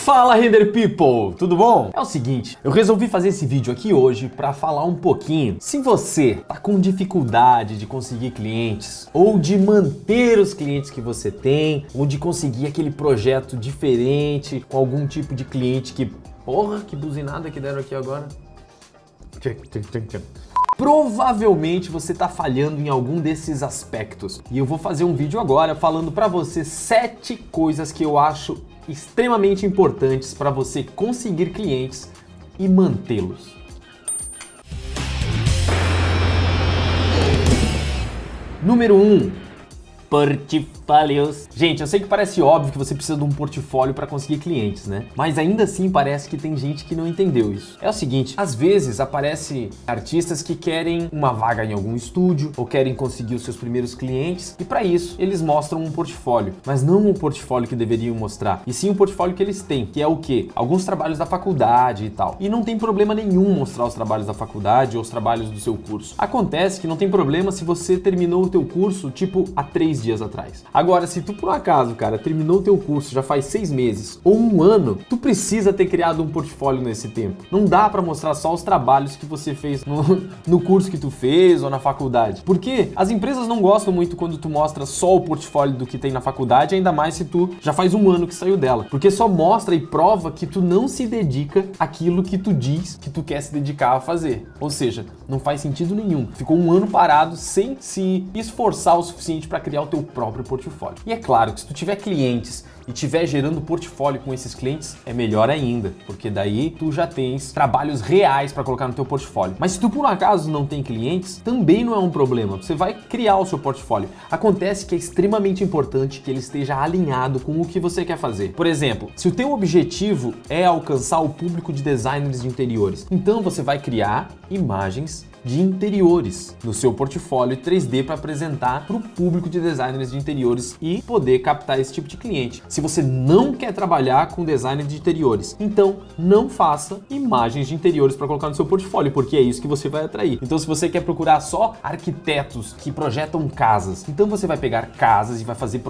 Fala, Render People! Tudo bom? É o seguinte, eu resolvi fazer esse vídeo aqui hoje para falar um pouquinho. Se você tá com dificuldade de conseguir clientes, ou de manter os clientes que você tem, ou de conseguir aquele projeto diferente com algum tipo de cliente que... Porra, que buzinada que deram aqui agora. Provavelmente você está falhando em algum desses aspectos. E eu vou fazer um vídeo agora falando para você 7 coisas que eu acho extremamente importantes para você conseguir clientes e mantê-los. Número 1. Portfólios. Gente, eu sei que parece óbvio que você precisa de um portfólio para conseguir clientes, né? Mas ainda assim parece que tem gente que não entendeu isso. É o seguinte, às vezes aparece artistas que querem uma vaga em algum estúdio ou querem conseguir os seus primeiros clientes e para isso eles mostram um portfólio, mas não um portfólio que deveriam mostrar, e sim um portfólio que eles têm, que é o quê? Alguns trabalhos da faculdade e tal. E não tem problema nenhum mostrar os trabalhos da faculdade ou os trabalhos do seu curso. Acontece que não tem problema se você terminou o teu curso tipo há 3 dias atrás. Agora, se tu por um acaso, cara, terminou o teu curso já faz 6 meses ou 1 ano, tu precisa ter criado um portfólio nesse tempo. Não dá pra mostrar só os trabalhos que você fez no curso que tu fez ou na faculdade. Porque as empresas não gostam muito quando tu mostra só o portfólio do que tem na faculdade, ainda mais se tu já faz 1 ano que saiu dela. Porque só mostra e prova que tu não se dedica àquilo que tu diz que tu quer se dedicar a fazer. Ou seja, não faz sentido nenhum. Ficou 1 ano parado sem se esforçar o suficiente para criar o teu próprio portfólio. E é claro que se tu tiver clientes e tiver gerando portfólio com esses clientes, é melhor ainda, porque daí tu já tens trabalhos reais para colocar no teu portfólio. Mas se tu por um acaso não tem clientes, também não é um problema. Você vai criar o seu portfólio. Acontece que é extremamente importante que ele esteja alinhado com o que você quer fazer. Por exemplo, se o teu objetivo é alcançar o público de designers de interiores, então você vai criar imagens de interiores no seu portfólio 3D para apresentar para o público de designers de interiores e poder captar esse tipo de cliente. Se você não quer trabalhar com design de interiores, então não faça imagens de interiores para colocar no seu portfólio, porque é isso que você vai atrair. Então, se você quer procurar só arquitetos que projetam casas, então você vai pegar casas e vai fazer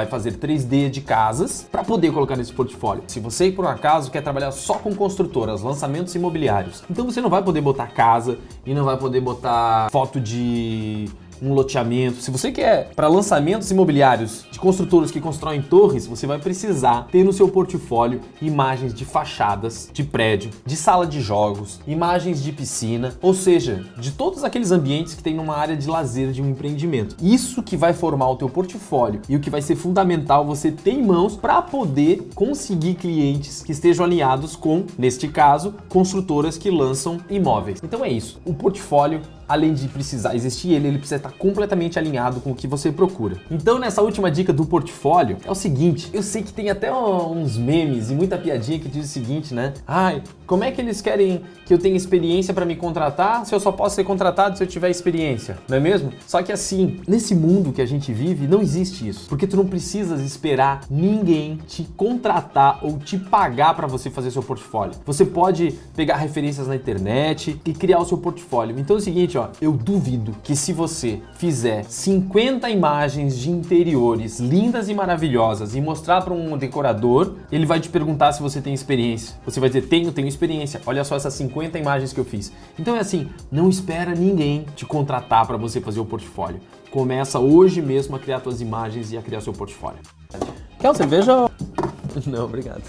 3D de casas para poder colocar nesse portfólio. Se você, por um acaso, quer trabalhar só com construtoras, lançamentos imobiliários, então você não vai poder botar casa e não vai poder botar foto de um loteamento. Se você quer para lançamentos imobiliários de construtoras que constroem torres, você vai precisar ter no seu portfólio imagens de fachadas de prédio, de sala de jogos, imagens de piscina, ou seja, de todos aqueles ambientes que tem numa área de lazer de um empreendimento. Isso que vai formar o teu portfólio e o que vai ser fundamental você ter em mãos para poder conseguir clientes que estejam alinhados com, neste caso, construtoras que lançam imóveis. Então é isso. O portfólio, além de precisar existir ele precisa estar completamente alinhado com o que você procura. Então, nessa última dica do portfólio, é o seguinte, eu sei que tem até uns memes e muita piadinha que diz o seguinte, né? Ai, como é que eles querem que eu tenha experiência para me contratar se eu só posso ser contratado se eu tiver experiência? Não é mesmo? Só que assim, nesse mundo que a gente vive, não existe isso. Porque tu não precisas esperar ninguém te contratar ou te pagar para você fazer seu portfólio. Você pode pegar referências na internet e criar o seu portfólio. Então é o seguinte, ó, eu duvido que se você fizer 50 imagens de interiores lindas e maravilhosas e mostrar para um decorador, ele vai te perguntar se você tem experiência. Você vai dizer, tenho experiência. Olha só essas 50 imagens que eu fiz. Então é assim, não espera ninguém te contratar para você fazer o portfólio. Começa hoje mesmo a criar suas imagens e a criar seu portfólio. Quer uma cerveja? Não, obrigado.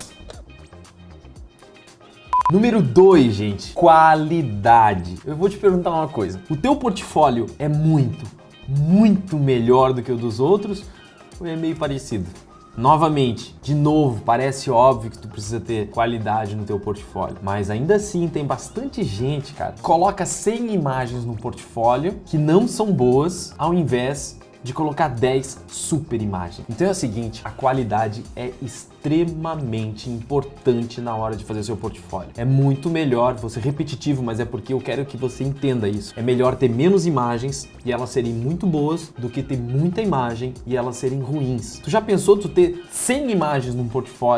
Número 2, gente, qualidade. Eu vou te perguntar uma coisa. O teu portfólio é muito melhor do que o dos outros ou é meio parecido? Novamente, de novo, parece óbvio que tu precisa ter qualidade no teu portfólio, mas ainda assim tem bastante gente, cara, que coloca 100 imagens no portfólio que não são boas, ao invés de colocar 10 super imagens. Então é o seguinte, a qualidade é extremamente importante na hora de fazer seu portfólio. É muito melhor, vou ser repetitivo, mas é porque eu quero que você entenda isso. É melhor ter menos imagens e elas serem muito boas do que ter muita imagem e elas serem ruins. Tu já pensou tu ter 100 imagens num portfólio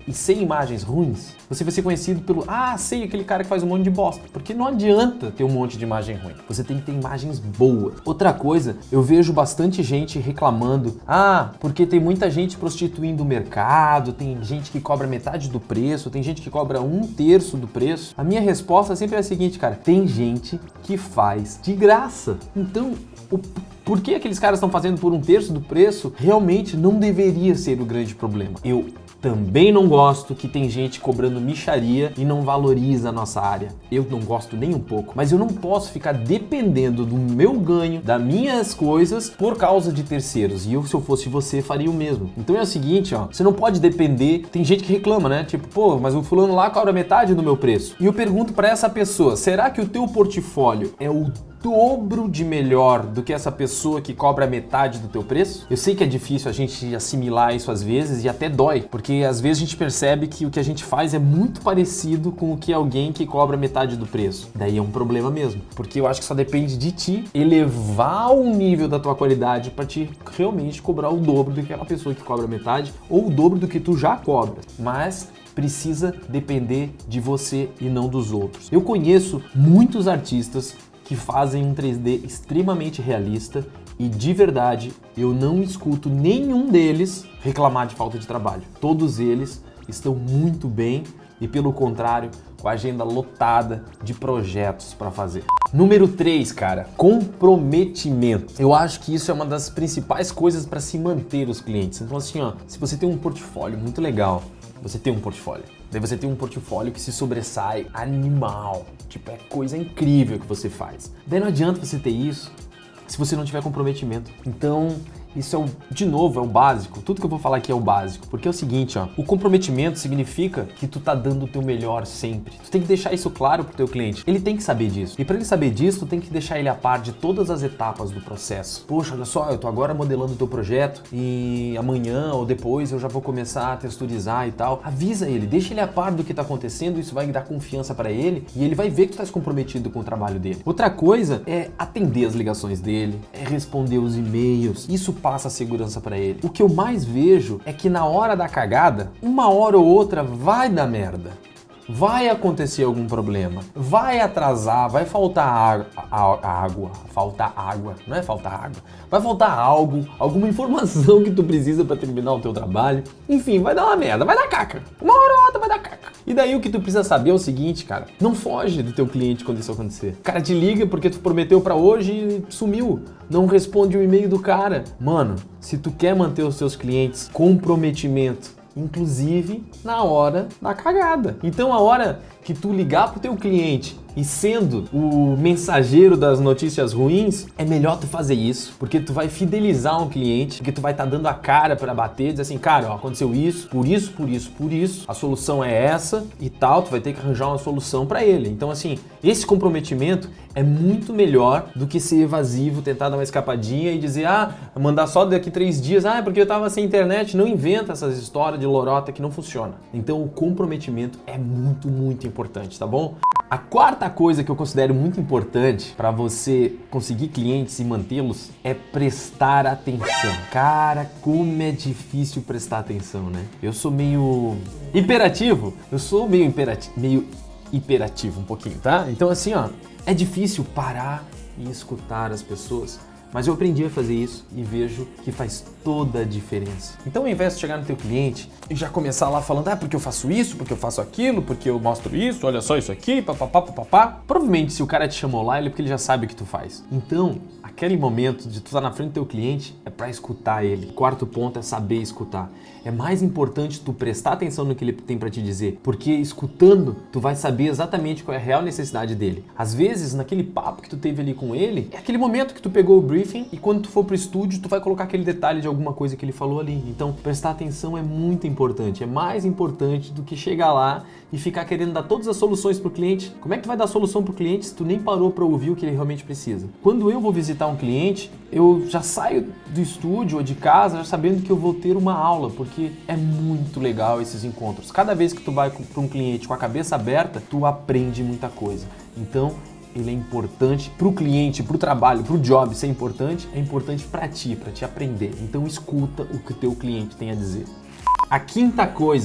e sem imagens ruins, você vai ser conhecido pelo, sei aquele cara que faz um monte de bosta. Porque não adianta ter um monte de imagem ruim. Você tem que ter imagens boas. Outra coisa, eu vejo bastante gente reclamando, porque tem muita gente prostituindo o mercado, tem gente que cobra metade do preço, tem gente que cobra 1/3 do preço. A minha resposta sempre é a seguinte, cara, tem gente que faz de graça. Então, por que aqueles caras estão fazendo por 1/3 do preço? Realmente não deveria ser o grande problema. Eu também não gosto que tem gente cobrando mixaria e não valoriza a nossa área. Eu não gosto nem um pouco, mas eu não posso ficar dependendo do meu ganho, das minhas coisas, por causa de terceiros. E eu, se eu fosse você, faria o mesmo. Então é o seguinte, você não pode depender. Tem gente que reclama, né? Tipo, mas o fulano lá cobra metade do meu preço. E eu pergunto pra essa pessoa, será que o teu portfólio é o dobro de melhor do que essa pessoa que cobra metade do teu preço? Eu sei que é difícil a gente assimilar isso às vezes e até dói, porque às vezes a gente percebe que o que a gente faz é muito parecido com o que alguém que cobra metade do preço. Daí é um problema mesmo, porque eu acho que só depende de ti elevar o nível da tua qualidade para te realmente cobrar o dobro do que aquela pessoa que cobra metade ou o dobro do que tu já cobras. Mas precisa depender de você e não dos outros. Eu conheço muitos artistas que fazem um 3D extremamente realista e de verdade eu não escuto nenhum deles reclamar de falta de trabalho. Todos eles estão muito bem e, pelo contrário, com a agenda lotada de projetos para fazer. Número 3, cara, comprometimento. Eu acho que isso é uma das principais coisas para se manter os clientes. Então assim, se você tem um portfólio muito legal, daí você tem um portfólio que se sobressai animal. Tipo, é coisa incrível que você faz. Daí não adianta você ter isso se você não tiver comprometimento. Então, isso de novo, é o básico. Tudo que eu vou falar aqui é o básico. Porque é o seguinte, o comprometimento significa que tu tá dando o teu melhor sempre. Tu tem que deixar isso claro pro teu cliente. Ele tem que saber disso. E para ele saber disso, tu tem que deixar ele a par de todas as etapas do processo. Poxa, olha só, eu tô agora modelando o teu projeto e amanhã ou depois eu já vou começar a texturizar e tal. Avisa ele, deixa ele a par do que tá acontecendo, isso vai dar confiança para ele e ele vai ver que tu tá comprometido com o trabalho dele. Outra coisa é atender as ligações dele, é responder os e-mails. Isso passa a segurança para ele. O que eu mais vejo é que na hora da cagada, uma hora ou outra vai dar merda. Vai acontecer algum problema, vai atrasar, vai faltar água, não é faltar água, vai faltar algo, alguma informação que tu precisa para terminar o teu trabalho, enfim, vai dar uma merda, vai dar caca, uma hora ou outra vai dar caca. E daí o que tu precisa saber é o seguinte, cara, não foge do teu cliente quando isso acontecer. O cara te liga porque tu prometeu para hoje e sumiu, não responde o e-mail do cara. Mano, se tu quer manter os seus clientes, comprometimento, inclusive na hora da cagada. Então a hora que tu ligar pro teu cliente e sendo o mensageiro das notícias ruins, é melhor tu fazer isso, porque tu vai fidelizar um cliente, porque tu vai estar dando a cara para bater, dizer assim, cara, aconteceu isso, por isso, a solução é essa e tal, tu vai ter que arranjar uma solução para ele. Então assim, esse comprometimento é muito melhor do que ser evasivo, tentar dar uma escapadinha e dizer, mandar só daqui 3 dias, é porque eu tava sem internet. Não inventa essas histórias de lorota que não funciona. Então o comprometimento é muito, muito importante, tá bom? A quarta coisa que eu considero muito importante para você conseguir clientes e mantê-los é prestar atenção. Cara, como é difícil prestar atenção, né? Eu sou meio hiperativo. Meio hiperativo um pouquinho, tá? Então assim, é difícil parar e escutar as pessoas. Mas eu aprendi a fazer isso e vejo que faz toda a diferença. Então, ao invés de chegar no teu cliente e já começar lá falando, porque eu faço isso, porque eu faço aquilo, porque eu mostro isso, olha só isso aqui, papapá. Provavelmente, se o cara te chamou lá, ele é porque ele já sabe o que tu faz. Então, aquele momento de tu estar na frente do teu cliente é para escutar ele. O quarto ponto é saber escutar. É mais importante tu prestar atenção no que ele tem para te dizer, porque escutando, tu vai saber exatamente qual é a real necessidade dele. Às vezes, naquele papo que tu teve ali com ele, é aquele momento que tu pegou o briefing e quando tu for pro estúdio, tu vai colocar aquele detalhe de alguma coisa que ele falou ali. Então, prestar atenção é muito importante. É mais importante do que chegar lá e ficar querendo dar todas as soluções pro cliente. Como é que tu vai dar solução pro cliente se tu nem parou para ouvir o que ele realmente precisa? Quando eu vou visitar um cliente, eu já saio do estúdio ou de casa já sabendo que eu vou ter uma aula, porque é muito legal esses encontros. Cada vez que tu vai para um cliente com a cabeça aberta, tu aprende muita coisa. Então, ele é importante para o cliente, para o trabalho, para o job ser importante, é importante para te aprender. Então, escuta o que o teu cliente tem a dizer. A quinta coisa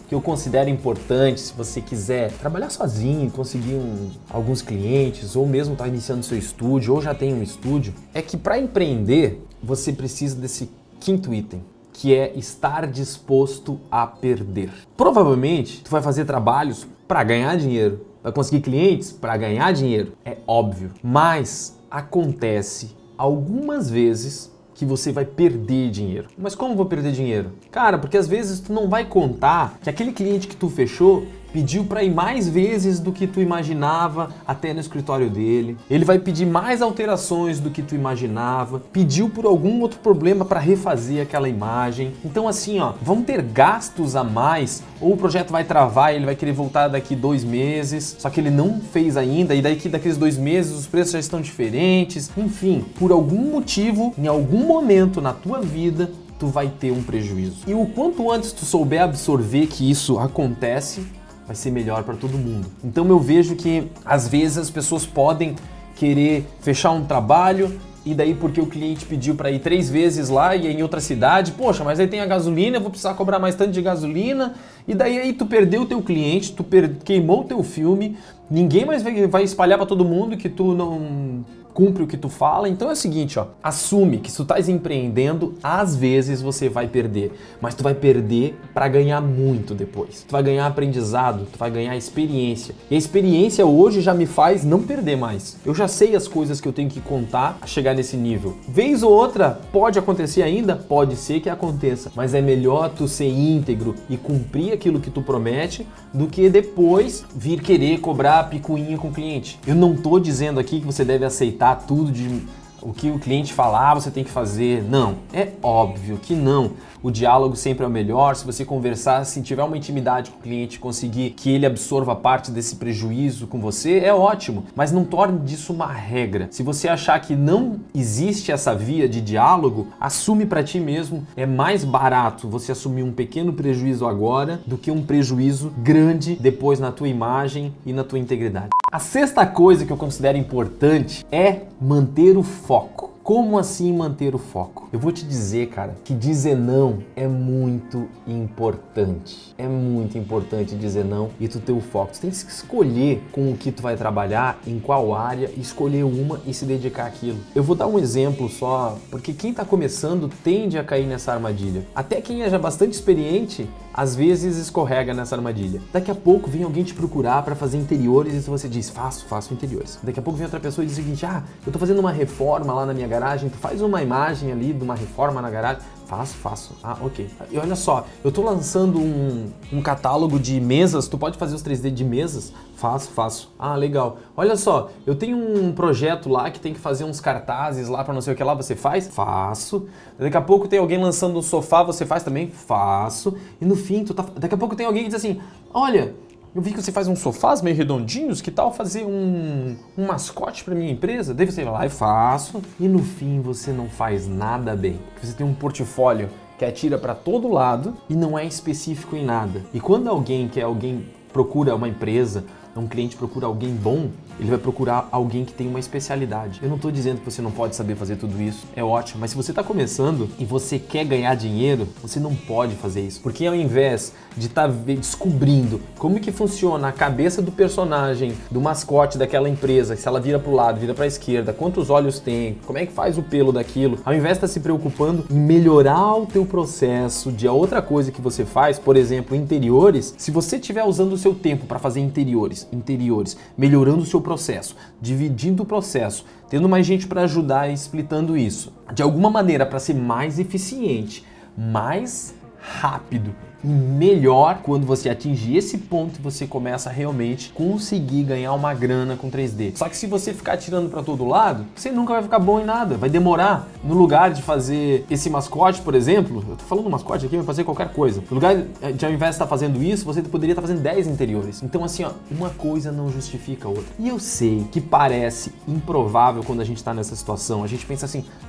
que eu considero importante se você quiser trabalhar sozinho, conseguir alguns clientes, ou mesmo estar iniciando seu estúdio, ou já tem um estúdio, é que para empreender você precisa desse quinto item, que é estar disposto a perder. Provavelmente tu vai fazer trabalhos para ganhar dinheiro, vai conseguir clientes para ganhar dinheiro, é óbvio, mas acontece algumas vezes que você vai perder dinheiro. Mas como vou perder dinheiro? Cara, porque às vezes tu não vai contar que aquele cliente que tu fechou pediu para ir mais vezes do que tu imaginava até no escritório dele. Ele vai pedir mais alterações do que tu imaginava, pediu por algum outro problema para refazer aquela imagem. Então assim, ó, vão ter gastos a mais, ou o projeto vai travar e ele vai querer voltar daqui 2 meses, só que ele não fez ainda, e daqueles 2 meses os preços já estão diferentes. Enfim, por algum motivo, em algum momento na tua vida, tu vai ter um prejuízo. E o quanto antes tu souber absorver que isso acontece, vai ser melhor para todo mundo. Então eu vejo que às vezes as pessoas podem querer fechar um trabalho e daí porque o cliente pediu para ir 3 vezes lá e é em outra cidade, poxa, mas aí tem a gasolina, eu vou precisar cobrar mais tanto de gasolina, e daí aí tu perdeu o teu cliente, tu queimou o teu filme, ninguém mais vai espalhar para todo mundo que tu não cumpre o que tu fala. Então é o seguinte, ó, assume que se tu estás empreendendo, às vezes você vai perder, mas tu vai perder para ganhar muito depois. Tu vai ganhar aprendizado, tu vai ganhar experiência. E a experiência hoje já me faz não perder mais. Eu já sei as coisas que eu tenho que contar a chegar nesse nível. Vez ou outra, pode acontecer ainda? Pode ser que aconteça, mas é melhor tu ser íntegro e cumprir aquilo que tu promete do que depois vir querer cobrar picuinha com o cliente. Eu não tô dizendo aqui que você deve aceitar tudo de o que o cliente falar, você tem que fazer. Não, é óbvio que não. O diálogo sempre é o melhor. Se você conversar, se tiver uma intimidade com o cliente, conseguir que ele absorva parte desse prejuízo com você, é ótimo. Mas não torne disso uma regra. Se você achar que não existe essa via de diálogo, assume para ti mesmo. É mais barato você assumir um pequeno prejuízo agora do que um prejuízo grande depois na tua imagem e na tua integridade. A sexta coisa que eu considero importante é manter o foco. Como assim manter o foco? Eu vou te dizer, cara, que dizer não é muito importante. É muito importante dizer não e tu ter o foco. Tu tem que escolher com o que tu vai trabalhar, em qual área, escolher uma e se dedicar àquilo. Eu vou dar um exemplo só, porque quem tá começando tende a cair nessa armadilha. Até quem é já bastante experiente, às vezes escorrega nessa armadilha. Daqui a pouco vem alguém te procurar para fazer interiores e você diz, faço interiores. Daqui a pouco vem outra pessoa e diz o seguinte, eu tô fazendo uma reforma lá na minha garagem, tu faz uma imagem ali de uma reforma na garagem. Faço. Ok. E olha só, eu tô lançando um catálogo de mesas, tu pode fazer os 3D de mesas? Faço. Legal. Olha só, eu tenho um projeto lá que tem que fazer uns cartazes lá pra não sei o que lá, você faz? Faço. Daqui a pouco tem alguém lançando um sofá, você faz também? Faço. E no fim, daqui a pouco tem alguém que diz assim, olha, eu vi que você faz uns sofás meio redondinhos, que tal fazer um mascote para minha empresa? Daí você vai lá e faço. E no fim você não faz nada bem. Você tem um portfólio que atira para todo lado e não é específico em nada. E quando alguém procura uma empresa, um cliente procura alguém bom, ele vai procurar alguém que tem uma especialidade. Eu não estou dizendo que você não pode saber fazer tudo isso, é ótimo, mas se você está começando e você quer ganhar dinheiro, você não pode fazer isso. Porque ao invés de estar descobrindo como que funciona a cabeça do personagem, do mascote daquela empresa, se ela vira para o lado, vira para a esquerda, quantos olhos tem, como é que faz o pelo daquilo, ao invés de estar se preocupando em melhorar o teu processo de outra coisa que você faz, por exemplo, interiores, se você estiver usando o seu tempo para fazer interiores, melhorando o seu processo, dividindo o processo, tendo mais gente para ajudar e explicando isso, de alguma maneira para ser mais eficiente, mais rápido e melhor, quando você atingir esse ponto, você começa a realmente conseguir ganhar uma grana com 3D. Só que se você ficar tirando para todo lado, você nunca vai ficar bom em nada, vai demorar. No lugar de fazer esse mascote, por exemplo, eu tô falando mascote aqui, vai fazer qualquer coisa. No lugar de ao invés de estar fazendo isso, você poderia estar fazendo 10 interiores. Então assim, ó, uma coisa não justifica a outra. E eu sei que parece improvável quando a gente tá nessa situação. A gente pensa assim,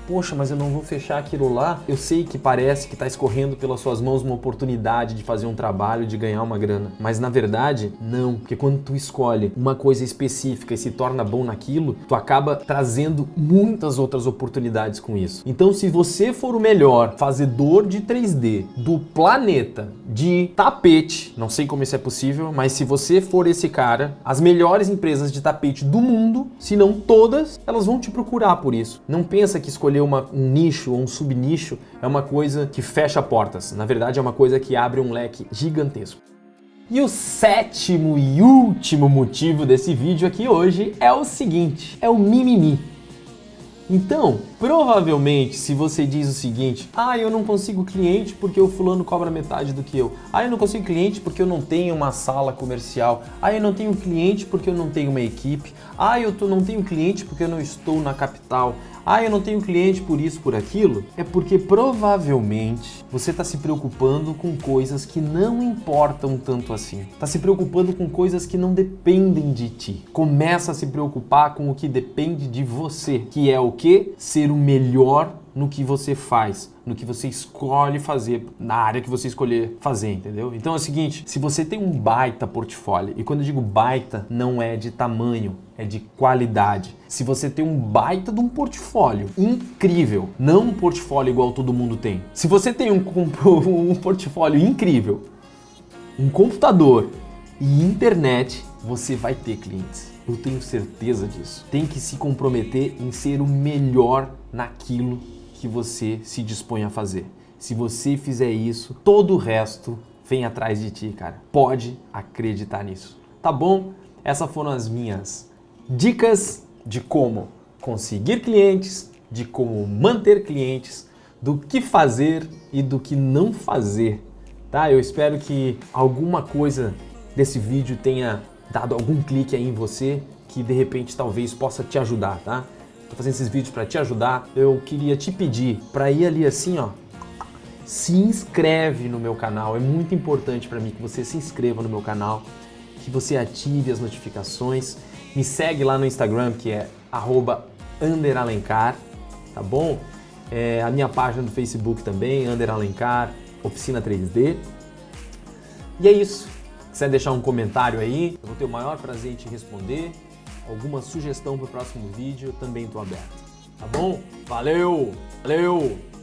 poxa, mas eu não vou fechar aquilo lá. Eu sei que parece que está escorrendo pelas suas mãos uma oportunidade de fazer um trabalho, de ganhar uma grana. Mas na verdade, não. Porque quando tu escolhe uma coisa específica e se torna bom naquilo, tu acaba trazendo muitas outras oportunidades com isso. Então, se você for o melhor fazedor de 3D do planeta de tapete, não sei como isso é possível, mas se você for esse cara, as melhores empresas de tapete do mundo, se não todas, elas vão te procurar por isso. Não pensa que escolher um nicho ou um subnicho é uma coisa que fecha portas. Na verdade, é uma coisa que abre um leque gigantesco. E o sétimo e último motivo desse vídeo aqui hoje é o seguinte, é o mimimi. Então, provavelmente, se você diz o seguinte, eu não consigo cliente porque o fulano cobra metade do que eu. Eu não consigo cliente porque eu não tenho uma sala comercial. Eu não tenho cliente porque eu não tenho uma equipe. Eu não tenho cliente porque eu não estou na capital. Eu não tenho cliente por isso, por aquilo. É porque provavelmente você está se preocupando com coisas que não importam tanto assim. Está se preocupando com coisas que não dependem de ti. Começa a se preocupar com o que depende de você, que é o quê? Ser o melhor no que você faz, no que você escolhe fazer, na área que você escolher fazer, entendeu? Então é o seguinte, se você tem um baita portfólio, e quando eu digo baita, não é de tamanho, é de qualidade. Se você tem um baita de um portfólio incrível, não um portfólio igual todo mundo tem. Se você tem um portfólio incrível, um computador e internet, você vai ter clientes. Eu tenho certeza disso. Tem que se comprometer em ser o melhor naquilo que você se dispõe a fazer. Se você fizer isso, todo o resto vem atrás de ti, cara. Pode acreditar nisso. Tá bom? Essas foram as minhas dicas de como conseguir clientes, de como manter clientes, do que fazer e do que não fazer, tá? Eu espero que alguma coisa desse vídeo tenha dado algum clique aí em você que de repente talvez possa te ajudar, tá? Tô fazendo esses vídeos para te ajudar. Eu queria te pedir para ir ali assim, ó, se inscreve no meu canal. É muito importante para mim que você se inscreva no meu canal, que você ative as notificações. Me segue lá no Instagram, que é @underalencar, tá bom? A minha página do Facebook também, @alencar, Oficina 3D. E é isso. Se quiser deixar um comentário aí, eu vou ter o maior prazer em te responder. Alguma sugestão para o próximo vídeo, eu também estou aberto. Tá bom? Valeu! Valeu!